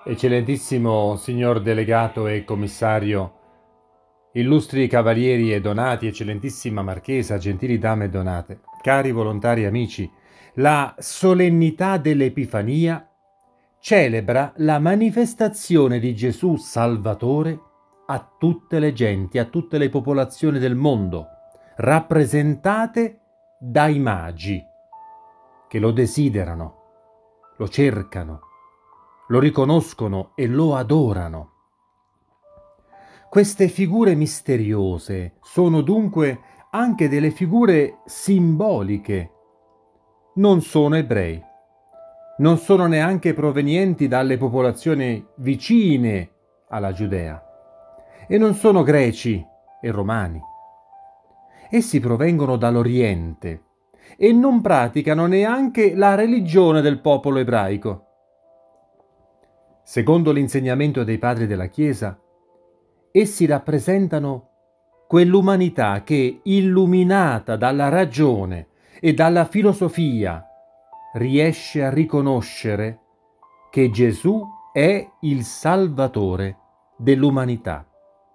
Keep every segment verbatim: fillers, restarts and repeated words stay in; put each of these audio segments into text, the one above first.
Eccellentissimo signor delegato e commissario, illustri cavalieri e donati, eccellentissima marchesa, gentili dame e donate, cari volontari e amici, la solennità dell'Epifania celebra la manifestazione di Gesù Salvatore a tutte le genti, a tutte le popolazioni del mondo, rappresentate dai magi che lo desiderano, lo cercano, lo riconoscono e lo adorano. Queste figure misteriose sono dunque anche delle figure simboliche. Non sono ebrei, non sono neanche provenienti dalle popolazioni vicine alla Giudea e non sono greci e romani. Essi provengono dall'Oriente e non praticano neanche la religione del popolo ebraico. Secondo l'insegnamento dei padri della Chiesa, essi rappresentano quell'umanità che, illuminata dalla ragione e dalla filosofia, riesce a riconoscere che Gesù è il Salvatore dell'umanità.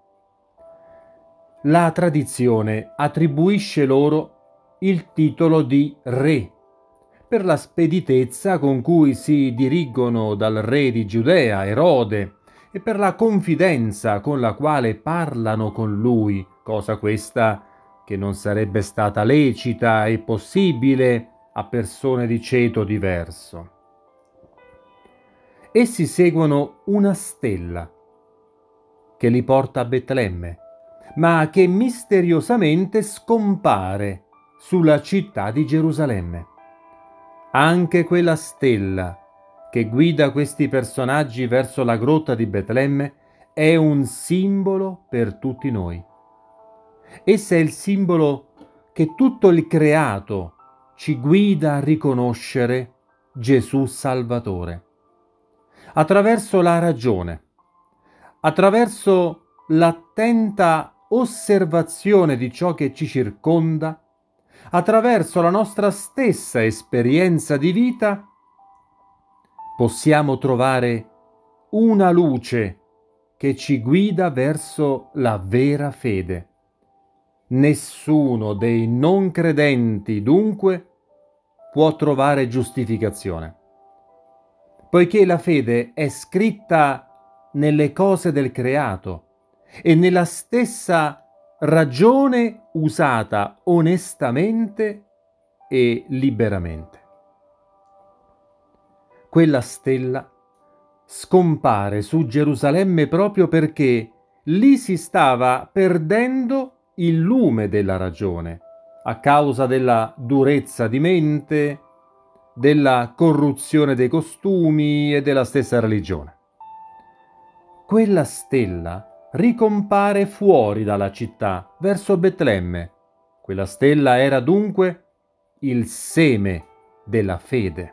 La tradizione attribuisce loro il titolo di re, per la speditezza con cui si dirigono dal re di Giudea, Erode, e per la confidenza con la quale parlano con lui, cosa questa che non sarebbe stata lecita e possibile a persone di ceto diverso. Essi seguono una stella che li porta a Betlemme, ma che misteriosamente scompare sulla città di Gerusalemme. Anche quella stella che guida questi personaggi verso la grotta di Betlemme è un simbolo per tutti noi. Essa è il simbolo che tutto il creato ci guida a riconoscere Gesù Salvatore. Attraverso la ragione, attraverso l'attenta osservazione di ciò che ci circonda, attraverso la nostra stessa esperienza di vita, possiamo trovare una luce che ci guida verso la vera fede. Nessuno dei non credenti, dunque, può trovare giustificazione, poiché la fede è scritta nelle cose del creato e nella stessa ragione usata onestamente e liberamente. Quella stella scompare su Gerusalemme proprio perché lì si stava perdendo il lume della ragione, a causa della durezza di mente, della corruzione dei costumi e della stessa religione. Quella stella ricompare fuori dalla città, verso Betlemme. Quella stella era dunque il seme della fede.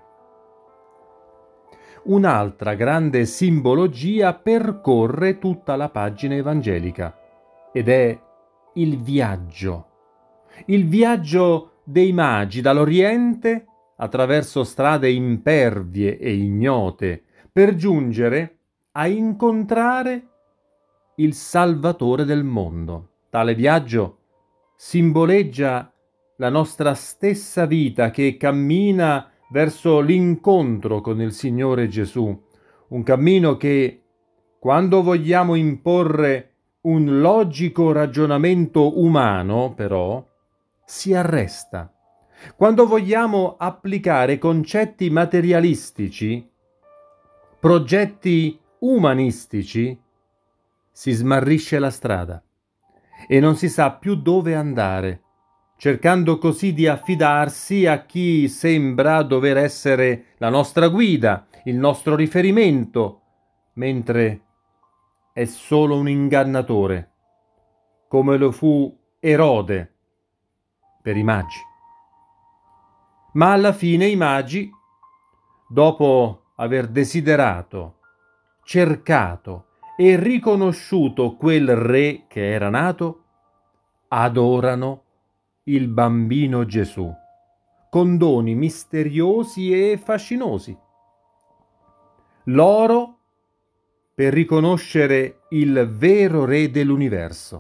Un'altra grande simbologia percorre tutta la pagina evangelica ed è il viaggio. Il viaggio dei magi dall'Oriente attraverso strade impervie e ignote per giungere a incontrare il Salvatore del mondo. Tale viaggio simboleggia la nostra stessa vita che cammina verso l'incontro con il Signore Gesù, un cammino che, quando vogliamo imporre un logico ragionamento umano, però, si arresta. Quando vogliamo applicare concetti materialistici, progetti umanistici, si smarrisce la strada e non si sa più dove andare, cercando così di affidarsi a chi sembra dover essere la nostra guida, il nostro riferimento, mentre è solo un ingannatore, come lo fu Erode per i magi. Ma alla fine i magi, dopo aver desiderato, cercato e riconosciuto quel re che era nato, adorano il bambino Gesù con doni misteriosi e fascinosi. L'oro per riconoscere il vero Re dell'universo,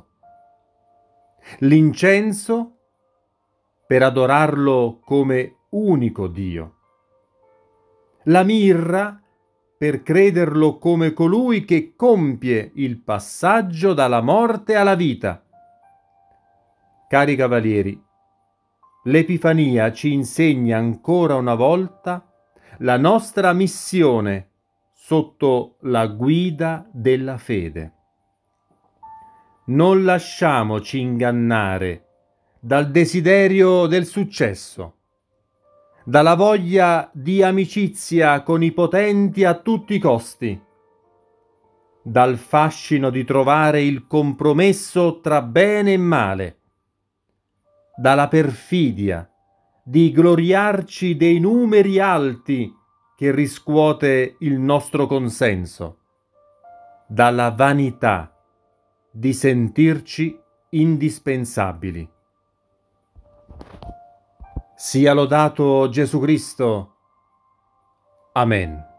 l'incenso per adorarlo come unico Dio, la mirra per crederlo come colui che compie il passaggio dalla morte alla vita. Cari cavalieri, l'Epifania ci insegna ancora una volta la nostra missione sotto la guida della fede. Non lasciamoci ingannare dal desiderio del successo, dalla voglia di amicizia con i potenti a tutti i costi, dal fascino di trovare il compromesso tra bene e male, dalla perfidia di gloriarci dei numeri alti che riscuote il nostro consenso, dalla vanità di sentirci indispensabili. Sia lodato Gesù Cristo. Amen.